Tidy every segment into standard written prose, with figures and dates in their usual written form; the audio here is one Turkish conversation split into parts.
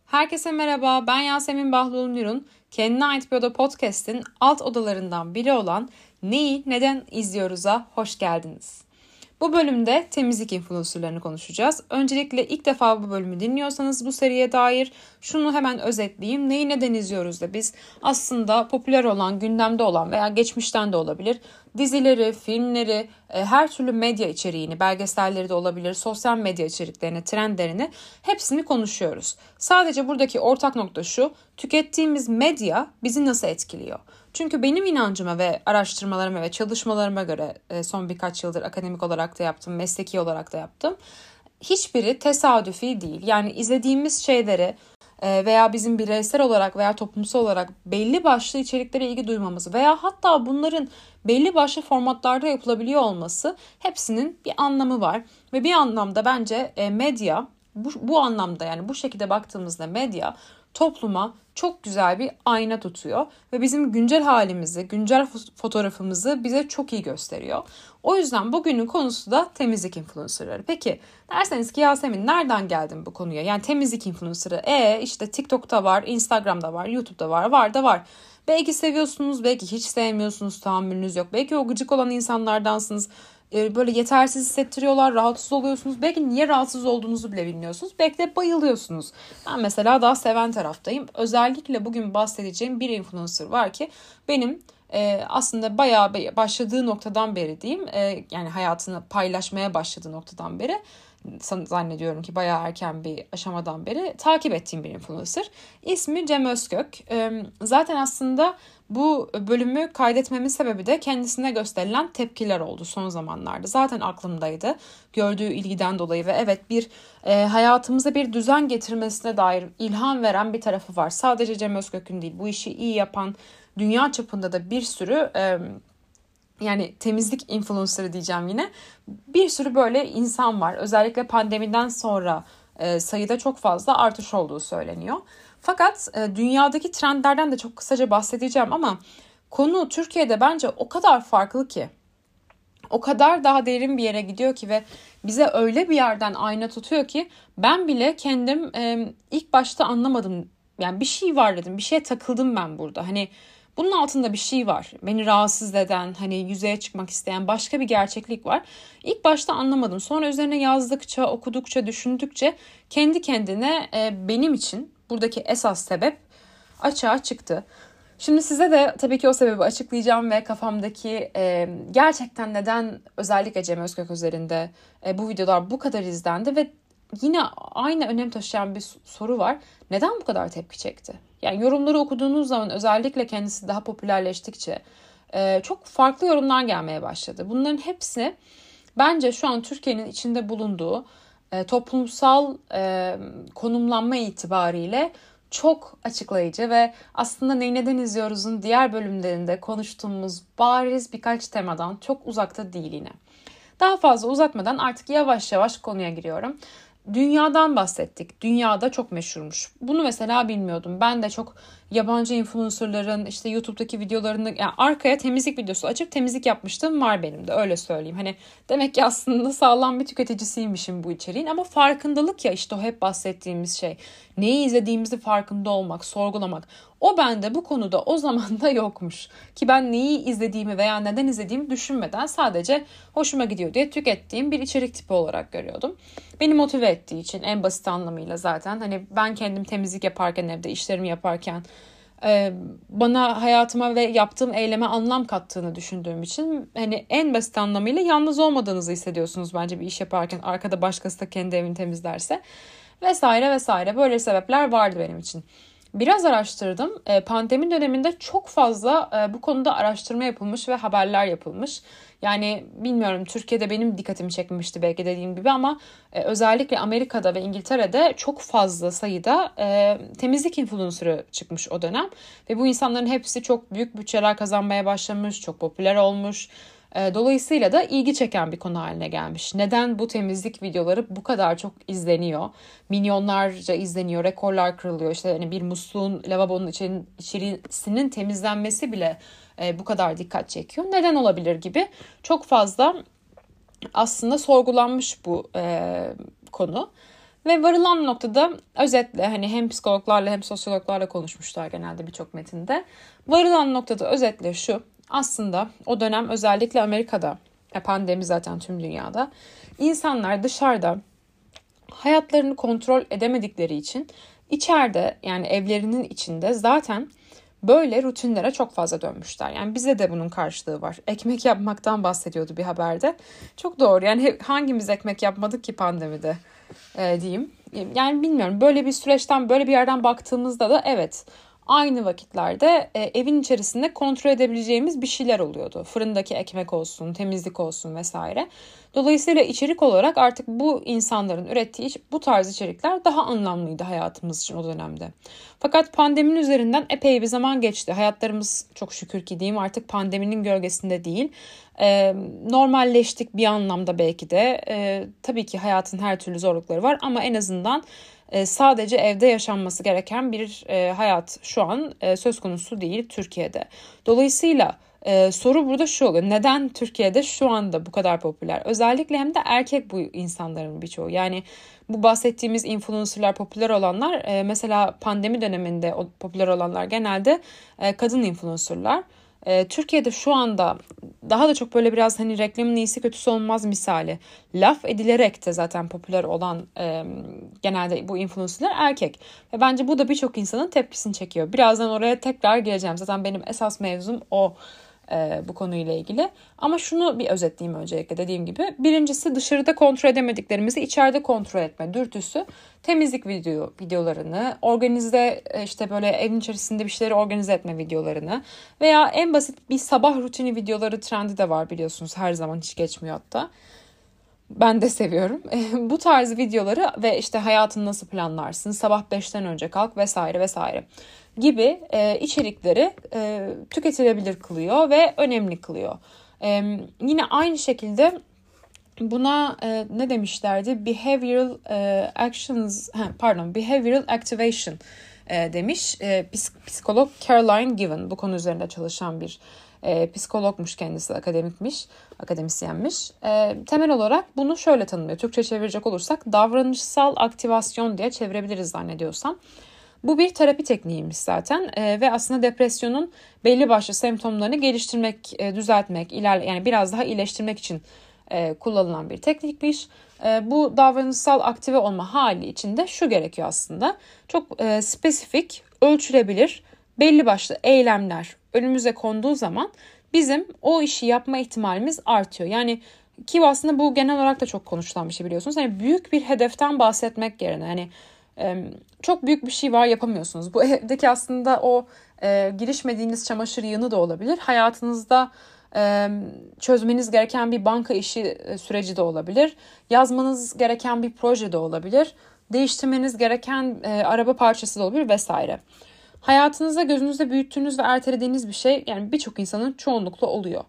Herkese merhaba, ben Yasemin Bahlul-Nur'un Kendine Ait Bir Oda Podcast'in alt odalarından biri olan Neyi Neden İzliyoruz'a hoş geldiniz. Bu bölümde temizlik influencerlarını konuşacağız. Öncelikle ilk defa bu bölümü dinliyorsanız bu seriye dair şunu hemen özetleyeyim. Neyi neden izliyoruz da biz aslında popüler olan, gündemde olan veya geçmişten de olabilir dizileri, filmleri, her türlü medya içeriğini, belgeselleri de olabilir, sosyal medya içeriklerini, trendlerini hepsini konuşuyoruz. Sadece buradaki ortak nokta şu, tükettiğimiz medya bizi nasıl etkiliyor? Çünkü benim inancıma ve araştırmalarıma ve çalışmalarıma göre son birkaç yıldır akademik olarak da yaptım, mesleki olarak da yaptım. Hiçbiri tesadüfi değil. Yani izlediğimiz şeyleri veya bizim bireysel olarak veya toplumsal olarak belli başlı içeriklere ilgi duymamız veya hatta bunların belli başlı formatlarda yapılabiliyor olması hepsinin bir anlamı var. Ve bir anlamda bence medya bu anlamda yani bu şekilde baktığımızda medya topluma çok güzel bir ayna tutuyor ve bizim güncel halimizi, güncel fotoğrafımızı bize çok iyi gösteriyor. O yüzden bugünün konusu da temizlik influencerları. Peki derseniz ki Yasemin nereden geldin bu konuya? Yani temizlik influencerı. İşte TikTok'ta var, Instagram'da var, YouTube'da var da var. Belki seviyorsunuz, belki hiç sevmiyorsunuz, tahammülünüz yok. Belki o gıcık olan insanlardansınız. Böyle yetersiz hissettiriyorlar, rahatsız oluyorsunuz. Belki niye rahatsız olduğunuzu bile bilmiyorsunuz. Belki de bayılıyorsunuz. Ben mesela daha seven taraftayım. Özellikle bugün bahsedeceğim bir influencer var ki benim aslında bayağı başladığı noktadan beri diyeyim, yani hayatını paylaşmaya başladığı noktadan beri zannediyorum ki bayağı erken bir aşamadan beri takip ettiğim bir influencer. İsmi Cem Özkök. Zaten aslında bu bölümü kaydetmemin sebebi de kendisine gösterilen tepkiler oldu son zamanlarda. Zaten aklımdaydı gördüğü ilgiden dolayı ve evet bir hayatımıza bir düzen getirmesine dair ilham veren bir tarafı var. Sadece Cem Özkök'ün değil, bu işi iyi yapan dünya çapında da bir sürü yani temizlik influencer'ı diyeceğim yine. Bir sürü böyle insan var. Özellikle pandemiden sonra sayıda çok fazla artış olduğu söyleniyor. Fakat dünyadaki trendlerden de çok kısaca bahsedeceğim ama konu Türkiye'de bence o kadar farklı ki. O kadar daha derin bir yere gidiyor ki ve bize öyle bir yerden ayna tutuyor ki ben bile kendim ilk başta anlamadım. Yani bir şey var dedim. Bir şeye takıldım ben burada. Hani bunun altında bir şey var. Beni rahatsız eden, hani yüzeye çıkmak isteyen başka bir gerçeklik var. İlk başta anlamadım. Sonra üzerine yazdıkça, okudukça, düşündükçe kendi kendine benim için buradaki esas sebep açığa çıktı. Şimdi size de tabii ki o sebebi açıklayacağım ve kafamdaki gerçekten neden özellikle Cem Özkök üzerinde bu videolar bu kadar izlendi ve yine aynı önem taşıyan bir soru var. Neden bu kadar tepki çekti? Yani yorumları okuduğunuz zaman özellikle kendisi daha popülerleştikçe çok farklı yorumlar gelmeye başladı. Bunların hepsi bence şu an Türkiye'nin içinde bulunduğu toplumsal konumlanma itibariyle çok açıklayıcı ve aslında Neyi Neden İzliyoruz'un diğer bölümlerinde konuştuğumuz bariz birkaç temadan çok uzakta değil yine. Daha fazla uzatmadan artık yavaş yavaş konuya giriyorum. Dünyadan bahsettik. Dünyada çok meşhurmuş. Bunu mesela bilmiyordum. Ben de çok yabancı influencerların işte YouTube'daki videolarını yani arkaya temizlik videosu açıp temizlik yapmıştım var benim de öyle söyleyeyim. Hani demek ki aslında sağlam bir tüketicisiymişim bu içeriğin ama farkındalık ya işte o hep bahsettiğimiz şey. Neyi izlediğimizi farkında olmak, sorgulamak. O bende bu konuda o zaman da yokmuş. Ki ben neyi izlediğimi veya neden izlediğimi düşünmeden sadece hoşuma gidiyor diye tükettiğim bir içerik tipi olarak görüyordum. Beni motive ettiği için en basit anlamıyla zaten hani ben kendim temizlik yaparken evde işlerimi yaparken bana hayatıma ve yaptığım eyleme anlam kattığını düşündüğüm için hani en basit anlamıyla yalnız olmadığınızı hissediyorsunuz bence bir iş yaparken arkada başkası da kendi evini temizlerse vesaire vesaire böyle sebepler vardı benim için. Biraz araştırdım. Pandemi döneminde çok fazla bu konuda araştırma yapılmış ve haberler yapılmış. Yani bilmiyorum Türkiye'de benim dikkatimi çekmişti belki dediğim gibi ama özellikle Amerika'da ve İngiltere'de çok fazla sayıda temizlik influencer'ı çıkmış o dönem. Ve bu insanların hepsi çok büyük bütçeler kazanmaya başlamış, çok popüler olmuş. Dolayısıyla da ilgi çeken bir konu haline gelmiş. Neden bu temizlik videoları bu kadar çok izleniyor? Milyonlarca izleniyor, rekorlar kırılıyor. İşte hani bir musluğun, lavabonun içerisinin temizlenmesi bile bu kadar dikkat çekiyor. Neden olabilir gibi çok fazla aslında sorgulanmış bu konu. Ve varılan noktada özetle hani hem psikologlarla hem sosyologlarla konuşmuşlar genelde birçok metinde. Varılan noktada özetle şu: aslında o dönem özellikle Amerika'da, pandemi zaten tüm dünyada, insanlar dışarıda hayatlarını kontrol edemedikleri için içeride, yani evlerinin içinde zaten böyle rutinlere çok fazla dönmüşler. Yani bize de bunun karşılığı var. Ekmek yapmaktan bahsediyordu bir haberde. Çok doğru. Yani hangimiz ekmek yapmadık ki pandemide diyeyim. Yani bilmiyorum, böyle bir süreçten, böyle bir yerden baktığımızda da evet, aynı vakitlerde evin içerisinde kontrol edebileceğimiz bir şeyler oluyordu. Fırındaki ekmek olsun, temizlik olsun vesaire. Dolayısıyla içerik olarak artık bu insanların ürettiği bu tarz içerikler daha anlamlıydı hayatımız için o dönemde. Fakat pandeminin üzerinden epey bir zaman geçti. Hayatlarımız çok şükür ki diyeyim artık pandeminin gölgesinde değil. Normalleştik bir anlamda belki de. Tabii ki hayatın her türlü zorlukları var ama en azından sadece evde yaşanması gereken bir hayat şu an söz konusu değil Türkiye'de. Dolayısıyla soru burada şu oluyor: neden Türkiye'de şu anda bu kadar popüler? Özellikle hem de erkek bu insanların birçoğu. Yani bu bahsettiğimiz influencerlar, popüler olanlar, mesela pandemi döneminde popüler olanlar genelde kadın influencerlar. Türkiye'de şu anda daha da çok böyle biraz hani reklamın iyisi kötüsü olmaz misali laf edilerek de zaten popüler olan genelde bu influencerlar erkek. Ve bence bu da birçok insanın tepkisini çekiyor. Birazdan oraya tekrar geleceğim. Zaten benim esas mevzum o bu konuyla ilgili. Ama şunu bir özetleyeyim öncelikle, dediğim gibi. Birincisi, dışarıda kontrol edemediklerimizi içeride kontrol etme dürtüsü. Temizlik videolarını, organize işte böyle evin içerisinde bir şeyleri organize etme videolarını veya en basit bir sabah rutini videoları trendi de var biliyorsunuz. Her zaman hiç geçmiyor hatta. Ben de seviyorum. Bu tarz videoları ve işte hayatını nasıl planlarsın, sabah 5'ten önce kalk vesaire vesaire gibi içerikleri tüketilebilir kılıyor ve önemli kılıyor. Yine aynı şekilde buna ne demişlerdi? Behavioral activation demiş. Psikolog Caroline Given, bu konu üzerinde çalışan bir psikologmuş kendisi, akademisyenmiş. Temel olarak bunu şöyle tanımlıyor. Türkçe çevirecek olursak davranışsal aktivasyon diye çevirebiliriz zannediyorsam. Bu bir terapi tekniğiymiş zaten ve aslında depresyonun belli başlı semptomlarını geliştirmek, düzeltmek, yani biraz daha iyileştirmek için kullanılan bir teknikmiş. Bu davranışsal aktive olma hali için de şu gerekiyor aslında: çok spesifik, ölçülebilir, belli başlı eylemler önümüze konduğu zaman bizim o işi yapma ihtimalimiz artıyor. Yani ki aslında bu genel olarak da çok konuşulan bir şey, biliyorsunuz. Hani büyük bir hedeften bahsetmek yerine hani çok büyük bir şey var, yapamıyorsunuz. Bu evdeki aslında o girişmediğiniz çamaşır yığını da olabilir. Hayatınızda çözmeniz gereken bir banka işi süreci de olabilir. Yazmanız gereken bir proje de olabilir. Değiştirmeniz gereken araba parçası da olabilir vesaire. Hayatınızda gözünüzde büyüttüğünüz ve ertelediğiniz bir şey, yani birçok insanın çoğunlukla oluyor.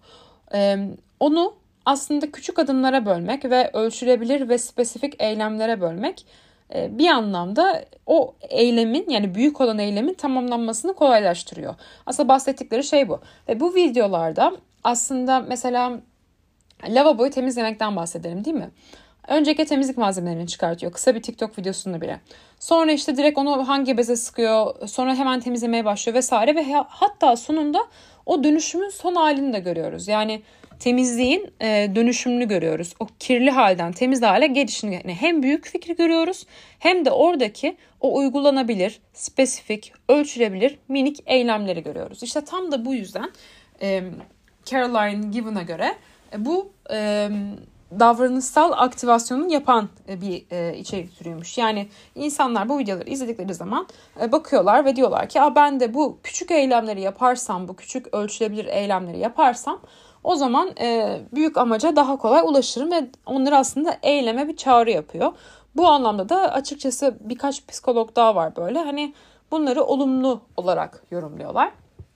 Onu aslında küçük adımlara bölmek ve ölçülebilir ve spesifik eylemlere bölmek bir anlamda o eylemin, yani büyük olan eylemin tamamlanmasını kolaylaştırıyor. Aslında bahsettikleri şey bu. Ve bu videolarda aslında mesela lavaboyu temizlemekten bahsedelim, değil mi? Öncelikle temizlik malzemelerini çıkartıyor. Kısa bir TikTok videosunda bile. Sonra işte direkt onu hangi beze sıkıyor. Sonra hemen temizlemeye başlıyor vesaire. Ve hatta sonunda o dönüşümün son halini de görüyoruz. Yani temizliğin dönüşümünü görüyoruz. O kirli halden temiz hale gelişini. Yani hem büyük fikri görüyoruz hem de oradaki o uygulanabilir, spesifik, ölçülebilir minik eylemleri görüyoruz. İşte tam da bu yüzden Caroline Given'a göre bu davranışsal aktivasyonun yapan bir içerik türüymüş. Yani insanlar bu videoları izledikleri zaman bakıyorlar ve diyorlar ki ben de bu küçük eylemleri yaparsam, bu küçük ölçülebilir eylemleri yaparsam o zaman büyük amaca daha kolay ulaşırım ve onları aslında eyleme bir çağrı yapıyor. Bu anlamda da açıkçası birkaç psikolog daha var böyle. Hani bunları olumlu olarak yorumluyorlar.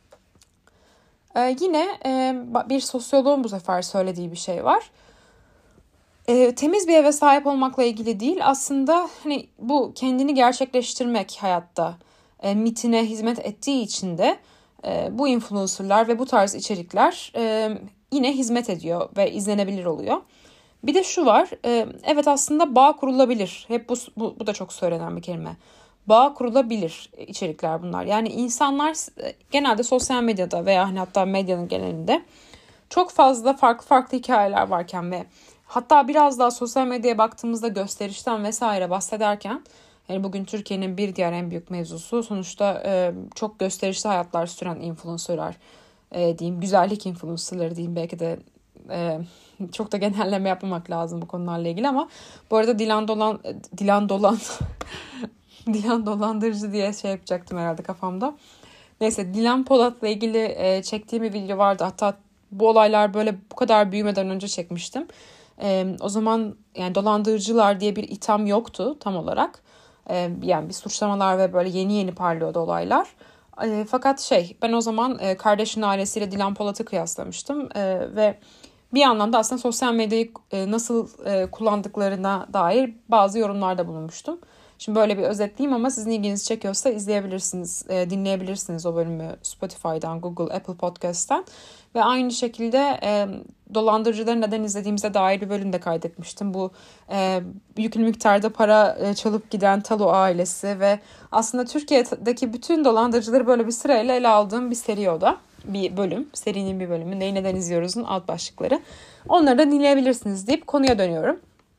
Yine bir sosyoloğun bu sefer söylediği bir şey var. Temiz bir eve sahip olmakla ilgili değil, aslında hani bu kendini gerçekleştirmek hayatta mitine hizmet ettiği için de bu influencerlar ve bu tarz içerikler yine hizmet ediyor ve izlenebilir oluyor. Bir de şu var. Evet, aslında bağ kurulabilir. Hep bu da çok söylenen bir kelime. Bağ kurulabilir içerikler bunlar. Yani insanlar genelde sosyal medyada veya hani hatta medyanın genelinde çok fazla farklı hikayeler varken ve hatta biraz daha sosyal medyaya baktığımızda gösterişten vesaire bahsederken, yani bugün Türkiye'nin bir diğer en büyük mevzusu sonuçta çok gösterişli hayatlar süren influencerlar diyeyim, güzellik influencerları diyeyim, belki de çok da genelleme yapmamak lazım bu konularla ilgili ama bu arada Dilan dolandırıcı diye şey yapacaktım herhalde kafamda. Neyse, Dilan Polat'la ilgili çektiğim bir video vardı. Hatta bu olaylar böyle bu kadar büyümeden önce çekmiştim. O zaman yani dolandırıcılar diye bir itham yoktu tam olarak. Yani bir suçlamalar ve böyle yeni parlıyordu olaylar. Fakat ben o zaman kardeşin ailesiyle Dilan Polat'ı kıyaslamıştım. Ve bir anlamda aslında sosyal medyayı nasıl kullandıklarına dair bazı yorumlarda bulunmuştum. Şimdi böyle bir özetleyeyim ama sizin ilginizi çekiyorsa izleyebilirsiniz, dinleyebilirsiniz o bölümü Spotify'dan, Google, Apple Podcast'ten. Ve aynı şekilde dolandırıcıları neden izlediğimize dair bir bölüm de kaydetmiştim. Bu yüklü miktarda para çalıp giden Talo ailesi ve aslında Türkiye'deki bütün dolandırıcıları böyle bir sırayla ele aldığım bir seri o da. Bir bölüm, serinin bir bölümü. Neyi neden izliyoruz'un alt başlıkları. Onları da dinleyebilirsiniz deyip konuya dönüyorum.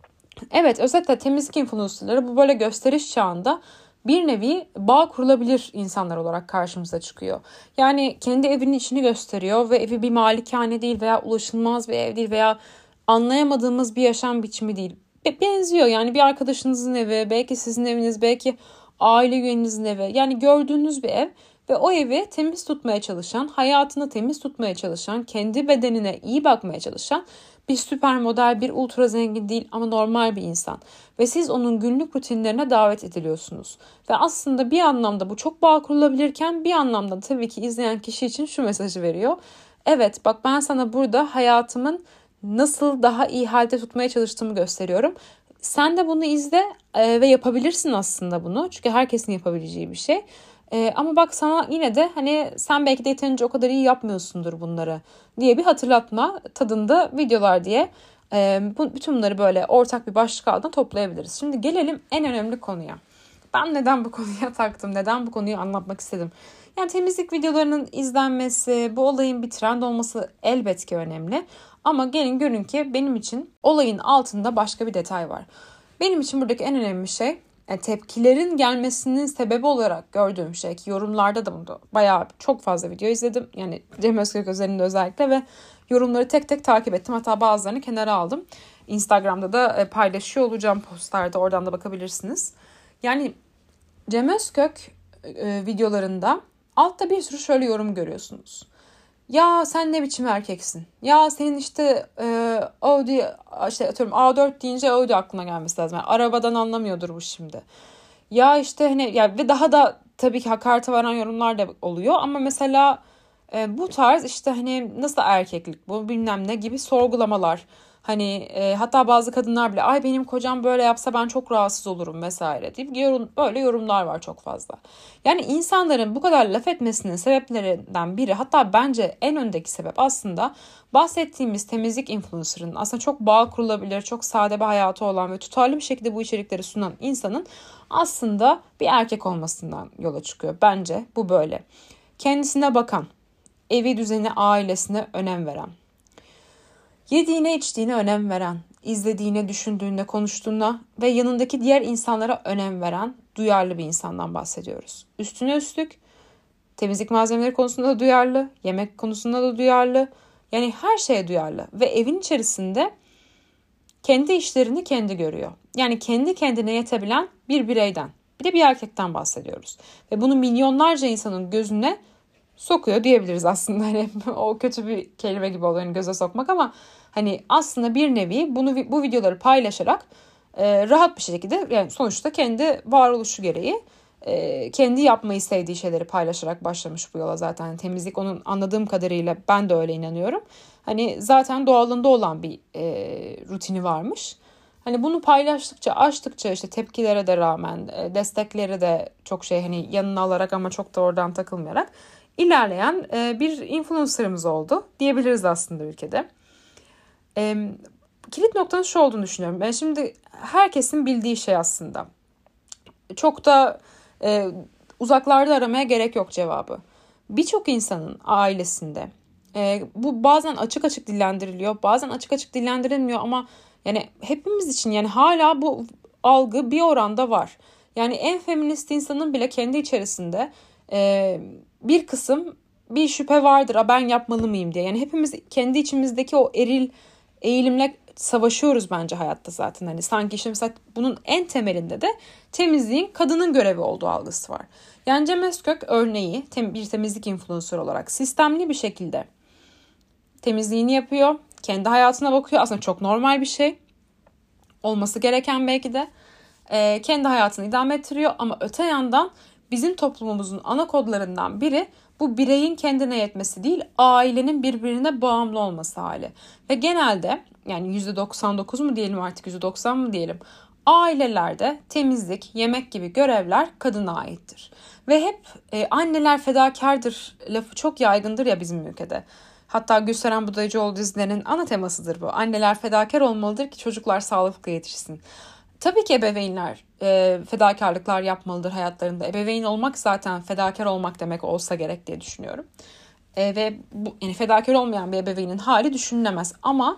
Evet, özetle temizlik influencerları bu böyle gösteriş çağında bir nevi bağ kurulabilir insanlar olarak karşımıza çıkıyor. Yani kendi evinin içini gösteriyor ve evi bir malikane değil veya ulaşılmaz bir ev değil veya anlayamadığımız bir yaşam biçimi değil. Benziyor yani bir arkadaşınızın evi, belki sizin eviniz, belki aile üyenizin evi. Yani gördüğünüz bir ev ve o evi temiz tutmaya çalışan, hayatını temiz tutmaya çalışan, kendi bedenine iyi bakmaya çalışan bir süper model, bir ultra zengin değil ama normal bir insan. Ve siz onun günlük rutinlerine davet ediliyorsunuz. Ve aslında bir anlamda bu çok bağ kurulabilirken bir anlamda tabii ki izleyen kişi için şu mesajı veriyor. Evet, bak ben sana burada hayatımın nasıl daha iyi halde tutmaya çalıştığımı gösteriyorum. Sen de bunu izle ve yapabilirsin aslında bunu. Çünkü herkesin yapabileceği bir şey. Ama bak sana yine de hani sen belki de yeterince o kadar iyi yapmıyorsundur bunları diye bir hatırlatma tadında videolar diye bütün bunları böyle ortak bir başlık altında toplayabiliriz. Şimdi gelelim en önemli konuya. Ben neden bu konuya taktım? Neden bu konuyu anlatmak istedim? Yani temizlik videolarının izlenmesi, bu olayın bir trend olması elbette ki önemli. Ama gelin görün ki benim için olayın altında başka bir detay var. Benim için buradaki en önemli şey tepkilerin gelmesinin sebebi olarak gördüğüm şey ki yorumlarda da bunu bayağı çok fazla video izledim. Yani Cem Özkök özelinde özellikle ve yorumları tek tek takip ettim. Hatta bazılarını kenara aldım. Instagram'da da paylaşıyor olacağım postlarda, oradan da bakabilirsiniz. Yani Cem Özkök videolarında altta bir sürü şöyle yorum görüyorsunuz. Ya sen ne biçim erkeksin? Ya senin işte Audi, işte atıyorum A4 deyince Audi aklına gelmesi lazım. Yani arabadan anlamıyordur bu şimdi. Ya işte hani ya ve daha da tabii ki hakarete varan yorumlar da oluyor ama mesela bu tarz işte hani nasıl erkeklik bu bilmem ne gibi sorgulamalar. Hani hatta bazı kadınlar bile ay benim kocam böyle yapsa ben çok rahatsız olurum vesaire deyip böyle yorumlar var çok fazla. Yani insanların bu kadar laf etmesinin sebeplerinden biri, hatta bence en öndeki sebep aslında bahsettiğimiz temizlik influencer'ının aslında çok bağ kurulabilir, çok sade bir hayatı olan ve tutarlı bir şekilde bu içerikleri sunan insanın aslında bir erkek olmasından yola çıkıyor. Bence bu böyle. Kendisine bakan, evi düzeni, ailesine önem veren, yediğine içtiğine önem veren, izlediğine, düşündüğüne, konuştuğuna ve yanındaki diğer insanlara önem veren duyarlı bir insandan bahsediyoruz. Üstüne üstlük temizlik malzemeleri konusunda da duyarlı, yemek konusunda da duyarlı. Yani her şeye duyarlı ve evin içerisinde kendi işlerini kendi görüyor. Yani kendi kendine yetebilen bir bireyden, bir de bir erkekten bahsediyoruz. Ve bunu milyonlarca insanın gözüne sokuyor diyebiliriz aslında. Hani o kötü bir kelime gibi oluyor, hani göze sokmak ama hani aslında bir nevi bu videoları paylaşarak rahat bir şekilde, yani sonuçta kendi varoluşu gereği kendi yapmayı sevdiği şeyleri paylaşarak başlamış bu yola zaten. Yani temizlik onun anladığım kadarıyla, ben de öyle inanıyorum. Hani zaten doğalında olan bir rutini varmış. Hani bunu paylaştıkça, açtıkça işte tepkilere de rağmen, destekleri de çok hani yanına alarak ama çok da oradan takılmayarak ilerleyen bir influencer'ımız oldu diyebiliriz aslında ülkede. kilit noktanın şu olduğunu düşünüyorum. Ben şimdi herkesin bildiği şey aslında. Çok da uzaklarda aramaya gerek yok cevabı. Birçok insanın ailesinde bu bazen açık açık dillendiriliyor, bazen açık açık dillendirilmiyor ama yani hepimiz için yani hala bu algı bir oranda var. Yani en feminist insanın bile kendi içerisinde bir kısım bir şüphe vardır. Ben yapmalı mıyım diye. Yani hepimiz kendi içimizdeki o eril eğilimle savaşıyoruz bence hayatta zaten. Hani sanki işte mesela bunun en temelinde de temizliğin kadının görevi olduğu algısı var. Yani Cem Özkök örneği bir temizlik influencer olarak sistemli bir şekilde temizliğini yapıyor. Kendi hayatına bakıyor. Aslında çok normal bir şey. Olması gereken belki de. Kendi hayatını idame ettiriyor. Ama öte yandan bizim toplumumuzun ana kodlarından biri bu bireyin kendine yetmesi değil, ailenin birbirine bağımlı olması hali. Ve genelde yani %99 mu diyelim artık %90 mı diyelim, ailelerde temizlik, yemek gibi görevler kadına aittir. Ve hep anneler fedakardır lafı çok yaygındır ya bizim ülkede. Hatta Gülseren Budayıcıoğlu dizilerinin ana temasıdır bu. Anneler fedakar olmalıdır ki çocuklar sağlıklı yetişsin. Tabii ki ebeveynler fedakarlıklar yapmalıdır hayatlarında. Ebeveyn olmak zaten fedakar olmak demek olsa gerek diye düşünüyorum. Ve bu, yani fedakar olmayan bir ebeveynin hali düşünülemez. Ama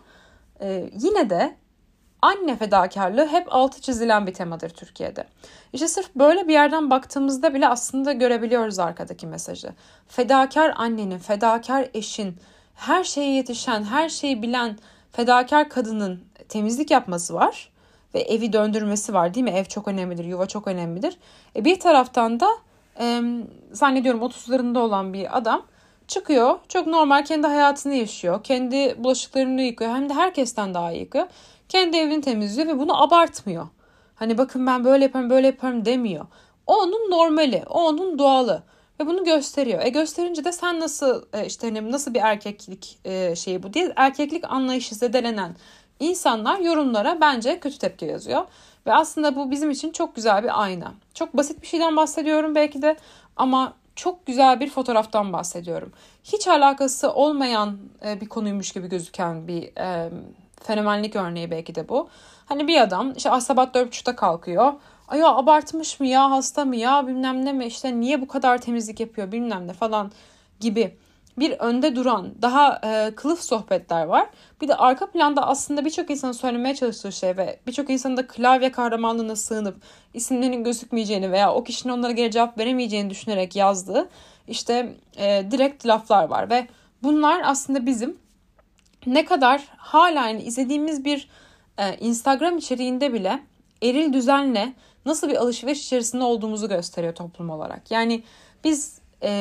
yine de anne fedakarlığı hep altı çizilen bir temadır Türkiye'de. İşte sırf böyle bir yerden baktığımızda bile aslında görebiliyoruz arkadaki mesajı. Fedakar annenin, fedakar eşin, her şeye yetişen, her şeyi bilen fedakar kadının temizlik yapması var. Ve evi döndürmesi var değil mi? Ev çok önemlidir, yuva çok önemlidir. Bir taraftan da zannediyorum 30'larında olan bir adam çıkıyor. Çok normal kendi hayatını yaşıyor. Kendi bulaşıklarını yıkıyor. Hem de herkesten daha iyi yıkıyor. Kendi evini temizliyor ve bunu abartmıyor. Hani bakın ben böyle yaparım böyle yaparım demiyor. O onun normali, o onun doğalı. Ve bunu gösteriyor. Gösterince de sen nasıl işte hani nasıl bir erkeklik şeyi bu diye erkeklik anlayışı zedelenen İnsanlar yorumlara bence kötü tepki yazıyor. Ve aslında bu bizim için çok güzel bir ayna. Çok basit bir şeyden bahsediyorum belki de ama çok güzel bir fotoğraftan bahsediyorum. Hiç alakası olmayan bir konuymuş gibi gözüken bir fenomenlik örneği belki de bu. Hani bir adam işte sabah 4.30'da kalkıyor. Ay ya abartmış mı ya, hasta mı ya, bilmem ne mi, işte niye bu kadar temizlik yapıyor bilmem ne falan gibi bir önde duran daha kılıf sohbetler var. Bir de arka planda aslında birçok insanın söylemeye çalıştığı şey ve birçok insanın da klavye kahramanlığına sığınıp isimlerinin gözükmeyeceğini veya o kişinin onlara geri cevap veremeyeceğini düşünerek yazdığı işte direkt laflar var. Ve bunlar aslında bizim ne kadar hala yani izlediğimiz bir Instagram içeriğinde bile eril düzenle nasıl bir alışveriş içerisinde olduğumuzu gösteriyor toplum olarak. Yani biz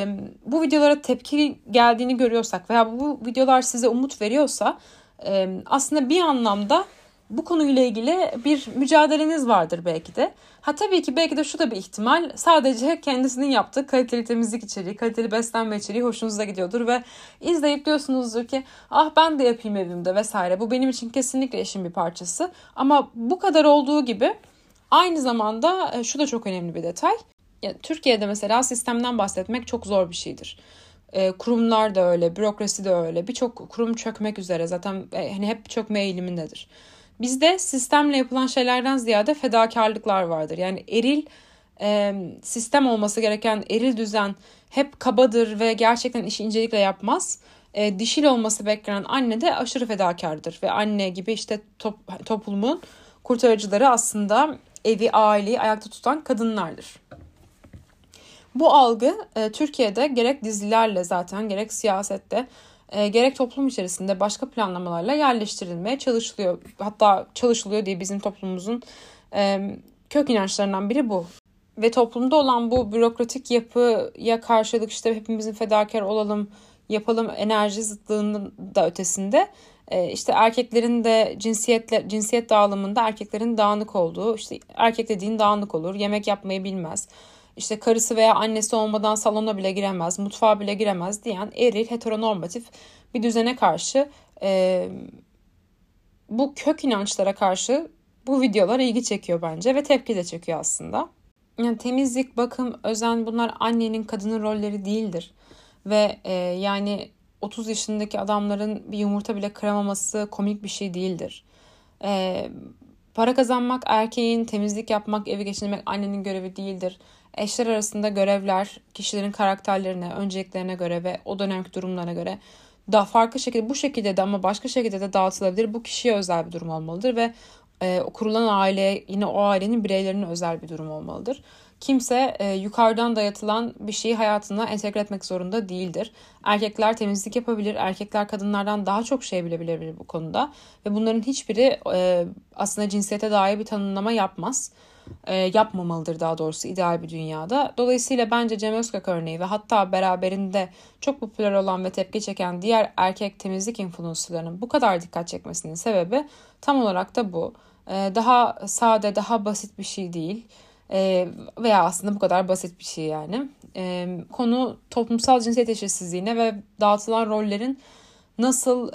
bu videolara tepki geldiğini görüyorsak veya bu videolar size umut veriyorsa aslında bir anlamda bu konuyla ilgili bir mücadeleniz vardır belki de. Tabii ki belki de şu da bir ihtimal, sadece kendisinin yaptığı kaliteli temizlik içeriği, kaliteli beslenme içeriği hoşunuza gidiyordur ve izleyip diyorsunuzdur ki ben de yapayım evimde vesaire. Bu benim için kesinlikle işin bir parçası. Ama bu kadar olduğu gibi aynı zamanda şu da çok önemli bir detay. Türkiye'de mesela sistemden bahsetmek çok zor bir şeydir. Kurumlar da öyle, bürokrasi de öyle. Birçok kurum çökmek üzere zaten hani hep çökme eğilimindedir. Bizde sistemle yapılan şeylerden ziyade fedakarlıklar vardır. Yani eril sistem olması gereken eril düzen hep kabadır ve gerçekten işi incelikle yapmaz. Dişil olması beklenen anne de aşırı fedakardır. Ve anne gibi işte toplumun kurtarıcıları aslında evi, aileyi ayakta tutan kadınlardır. Bu algı Türkiye'de gerek dizilerle zaten gerek siyasette gerek toplum içerisinde başka planlamalarla yerleştirilmeye çalışılıyor. Hatta çalışılıyor diye bizim toplumumuzun kök inançlarından biri bu. Ve toplumda olan bu bürokratik yapıya karşılık işte hepimizin fedakar olalım, yapalım enerji zıtlığının da ötesinde işte erkeklerin de cinsiyet dağılımında erkeklerin dağınık olduğu, işte erkek dediğin dağınık olur, yemek yapmayı bilmez, İşte karısı veya annesi olmadan salona bile giremez, mutfağa bile giremez diyen eril, heteronormatif bir düzene karşı bu kök inançlara karşı bu videolar ilgi çekiyor bence ve tepki de çekiyor aslında. Yani temizlik, bakım, özen bunlar annenin, kadının rolleri değildir. Ve yani 30 yaşındaki adamların bir yumurta bile kıramaması komik bir şey değildir. Para kazanmak erkeğin, temizlik yapmak, evi geçindirmek annenin görevi değildir. Eşler arasında görevler kişilerin karakterlerine, önceliklerine göre ve o dönemki durumlarına göre daha farklı şekilde, bu şekilde de ama başka şekilde de dağıtılabilir. Bu kişiye özel bir durum olmalıdır ve kurulan aile yine o ailenin bireylerine özel bir durum olmalıdır. Kimse yukarıdan dayatılan bir şeyi hayatına entegre etmek zorunda değildir. Erkekler temizlik yapabilir, erkekler kadınlardan daha çok şey bilebilir bu konuda. Ve bunların hiçbiri aslında cinsiyete dair bir tanımlama yapmaz. Yapmamalıdır daha doğrusu ideal bir dünyada. Dolayısıyla bence Cem Özkök örneği ve hatta beraberinde çok popüler olan ve tepki çeken diğer erkek temizlik influencerlarının bu kadar dikkat çekmesinin sebebi tam olarak da bu. Daha sade, daha basit bir şey değil. Veya aslında bu kadar basit bir şey yani. Konu toplumsal cinsiyet eşitsizliğine ve dağıtılan rollerin nasıl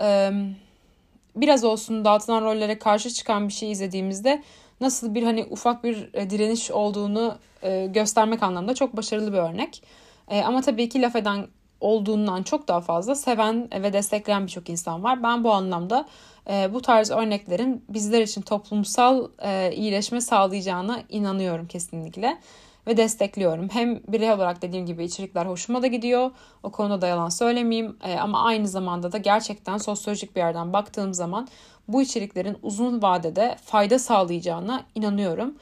biraz olsun dağıtılan rollere karşı çıkan bir şey izlediğimizde nasıl bir hani ufak bir direniş olduğunu göstermek anlamında çok başarılı bir örnek. Ama tabii ki laf eden olduğundan çok daha fazla seven ve destekleyen birçok insan var. Ben bu anlamda bu tarz örneklerin bizler için toplumsal iyileşme sağlayacağına inanıyorum kesinlikle ve destekliyorum. Hem birey olarak dediğim gibi içerikler hoşuma da gidiyor. O konuda da yalan söylemeyeyim. Ama aynı zamanda da gerçekten sosyolojik bir yerden baktığım zaman bu içeriklerin uzun vadede fayda sağlayacağına inanıyorum.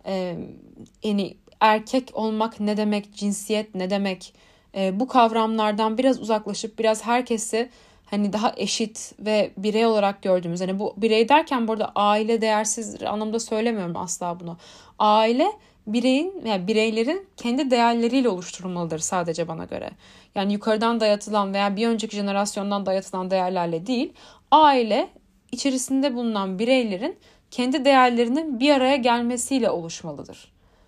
Yani erkek olmak ne demek, cinsiyet ne demek, bu kavramlardan biraz uzaklaşıp biraz herkesi hani daha eşit ve birey olarak gördüğümüz, hani bu birey derken burada aile değersiz anlamda söylemiyorum asla bunu. Aile bireylerin kendi değerleriyle oluşturulmalıdır sadece bana göre. Yani yukarıdan dayatılan veya bir önceki jenerasyondan dayatılan değerlerle değil, aile içerisinde bulunan bireylerin kendi değerlerinin bir araya gelmesiyle oluşmalıdır.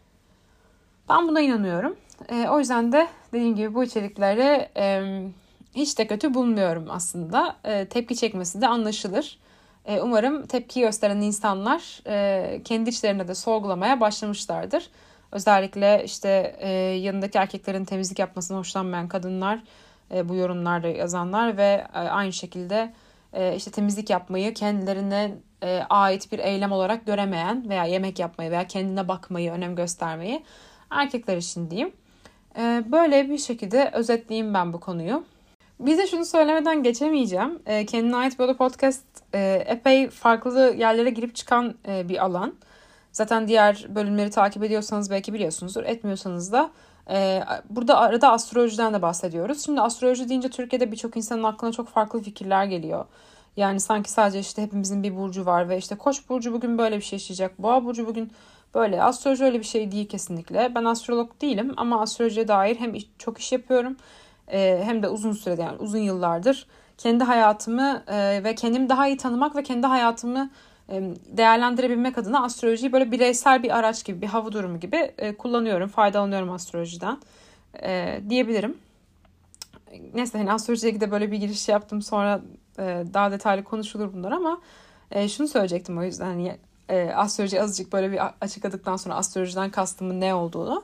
Ben buna inanıyorum. O yüzden de dediğim gibi bu içerikleri hiç de kötü bulmuyorum aslında. Tepki çekmesi de anlaşılır. Umarım tepki gösteren insanlar kendi içlerinde de sorgulamaya başlamışlardır. Özellikle işte yanındaki erkeklerin temizlik yapmasını hoşlanmayan kadınlar, bu yorumlarda yazanlar ve aynı şekilde işte temizlik yapmayı kendilerine ait bir eylem olarak göremeyen veya yemek yapmayı veya kendine bakmayı, önem göstermeyi erkekler için diyeyim. Böyle bir şekilde özetleyeyim ben bu konuyu. Bir de şunu söylemeden geçemeyeceğim. Kendine ait böyle podcast epey farklı yerlere girip çıkan bir alan. Zaten diğer bölümleri takip ediyorsanız belki biliyorsunuzdur. Etmiyorsanız da burada arada astrolojiden de bahsediyoruz. Şimdi astroloji deyince Türkiye'de birçok insanın aklına çok farklı fikirler geliyor. Yani sanki sadece işte hepimizin bir burcu var ve işte Koç burcu bugün böyle bir şey yaşayacak. Boğa burcu bugün böyle. Astroloji öyle bir şey değil kesinlikle. Ben astrolog değilim ama astrolojiye dair hem çok iş yapıyorum hem de uzun sürede yani uzun yıllardır kendi hayatımı ve kendimi daha iyi tanımak ve kendi hayatımı değerlendirebilmek adına astrolojiyi böyle bireysel bir araç gibi, bir hava durumu gibi kullanıyorum, faydalanıyorum astrolojiden diyebilirim. Neyse hani astrolojiye de böyle bir giriş yaptım, sonra daha detaylı konuşulur bunlar ama şunu söyleyecektim o yüzden hani astroloji azıcık böyle bir açıkladıktan sonra astrolojiden kastımın ne olduğunu.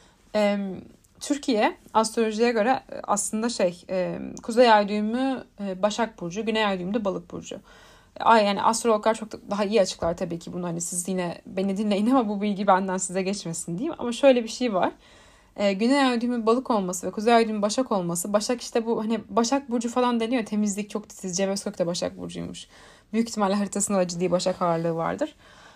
Türkiye astrolojiye göre aslında Kuzey Ay düğümü Başak Burcu, Güney Ay düğümü de Balık Burcu. Yani astrologlar çok daha iyi açıklar tabii ki bunu, hani siz yine beni dinleyin ama bu bilgi benden size geçmesin diyeyim. Ama şöyle bir şey var. Güney Ay düğümü Balık olması ve Kuzey Ay düğümü Başak olması. Başak işte bu hani Başak Burcu falan deniyor. Temizlik çok titiz. Cem Özkök de Başak Burcu'ymuş. Büyük ihtimalle haritasında da ciddi Başak ağırlığı vardır.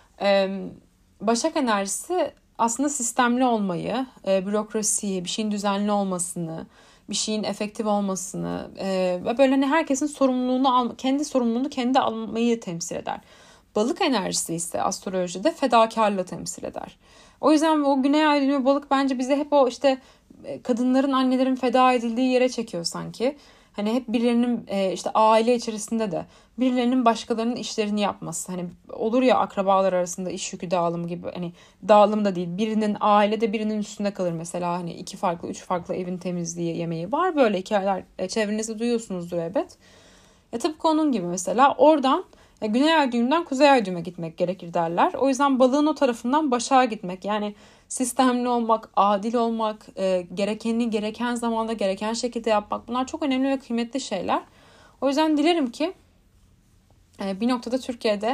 Başak enerjisi aslında sistemli olmayı, bürokrasiyi, bir şeyin düzenli olmasını, bir şeyin efektif olmasını ve böyle hani herkesin kendi sorumluluğunu kendi almayı temsil eder. Balık enerjisi ise astrolojide fedakarlığı temsil eder. O yüzden o Güney Ay düğümü Balık bence bize hep o işte kadınların, annelerin feda edildiği yere çekiyor sanki. Hani hep birilerinin işte aile içerisinde de birilerinin başkalarının işlerini yapması. Hani olur ya akrabalar arasında iş yükü dağılımı gibi, hani dağılım da değil. Birinin ailede birinin üstünde kalır mesela, hani 2 farklı 3 farklı evin temizliği yemeği var, böyle hikayeler çevrenizde duyuyorsunuzdur elbet. Tıpkı onun gibi mesela oradan Güney Ay düğümünden Kuzey Ay düğüme gitmek gerekir derler. O yüzden balığın o tarafından Başak'a gitmek, yani sistemli olmak, adil olmak, gerekeni gereken zamanda gereken şekilde yapmak, bunlar çok önemli ve kıymetli şeyler. O yüzden dilerim ki bir noktada Türkiye'de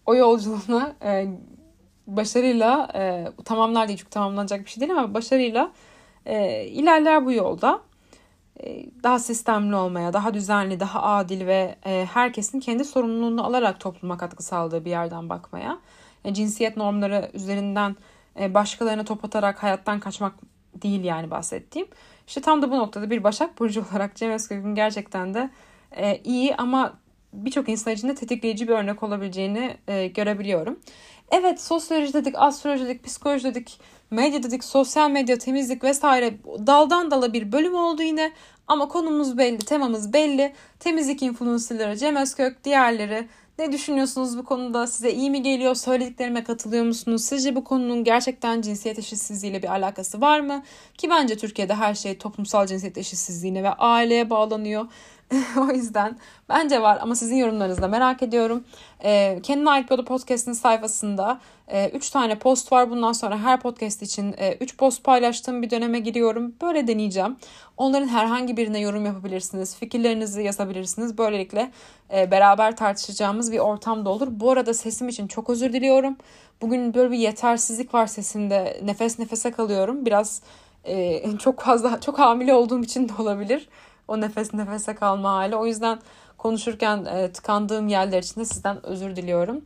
o yolculuğuna başarıyla tamamlar değil, çünkü tamamlanacak bir şey değil, ama başarıyla ilerler bu yolda. Daha sistemli olmaya, daha düzenli, daha adil ve herkesin kendi sorumluluğunu alarak topluma katkı sağladığı bir yerden bakmaya. Cinsiyet normları üzerinden başkalarına top atarak hayattan kaçmak değil yani bahsettiğim. İşte tam da bu noktada bir Başak Burcu olarak Cem Özkök'ün gerçekten de iyi ama birçok insan için de tetikleyici bir örnek olabileceğini görebiliyorum. Evet, sosyoloji dedik, astroloji dedik, psikoloji dedik, medya dedik, sosyal medya, temizlik vesaire, daldan dala bir bölüm oldu yine. Ama konumuz belli, temamız belli. Temizlik influencerları Cem Özkök, diğerleri. Ne düşünüyorsunuz bu konuda? Size iyi mi geliyor? Söylediklerime katılıyor musunuz? Sizce bu konunun gerçekten cinsiyet eşitsizliğiyle bir alakası var mı? Ki bence Türkiye'de her şey toplumsal cinsiyet eşitsizliğine ve aileye bağlanıyor. O yüzden bence var, ama sizin yorumlarınızı da merak ediyorum. Kendine Ait Bir Oda Podcast'ın sayfasında 3 tane post var. Bundan sonra her podcast için 3 post paylaştığım bir döneme giriyorum. Böyle deneyeceğim. Onların herhangi birine yorum yapabilirsiniz. Fikirlerinizi yazabilirsiniz. Böylelikle beraber tartışacağımız bir ortam da olur. Bu arada sesim için çok özür diliyorum. Bugün böyle bir yetersizlik var sesimde. Nefes nefese kalıyorum. Biraz çok hamile olduğum için de olabilir. O nefes nefese kalma hali. O yüzden konuşurken tıkandığım yerler için de sizden özür diliyorum.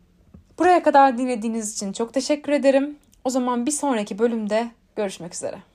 Buraya kadar dinlediğiniz için çok teşekkür ederim. O zaman bir sonraki bölümde görüşmek üzere.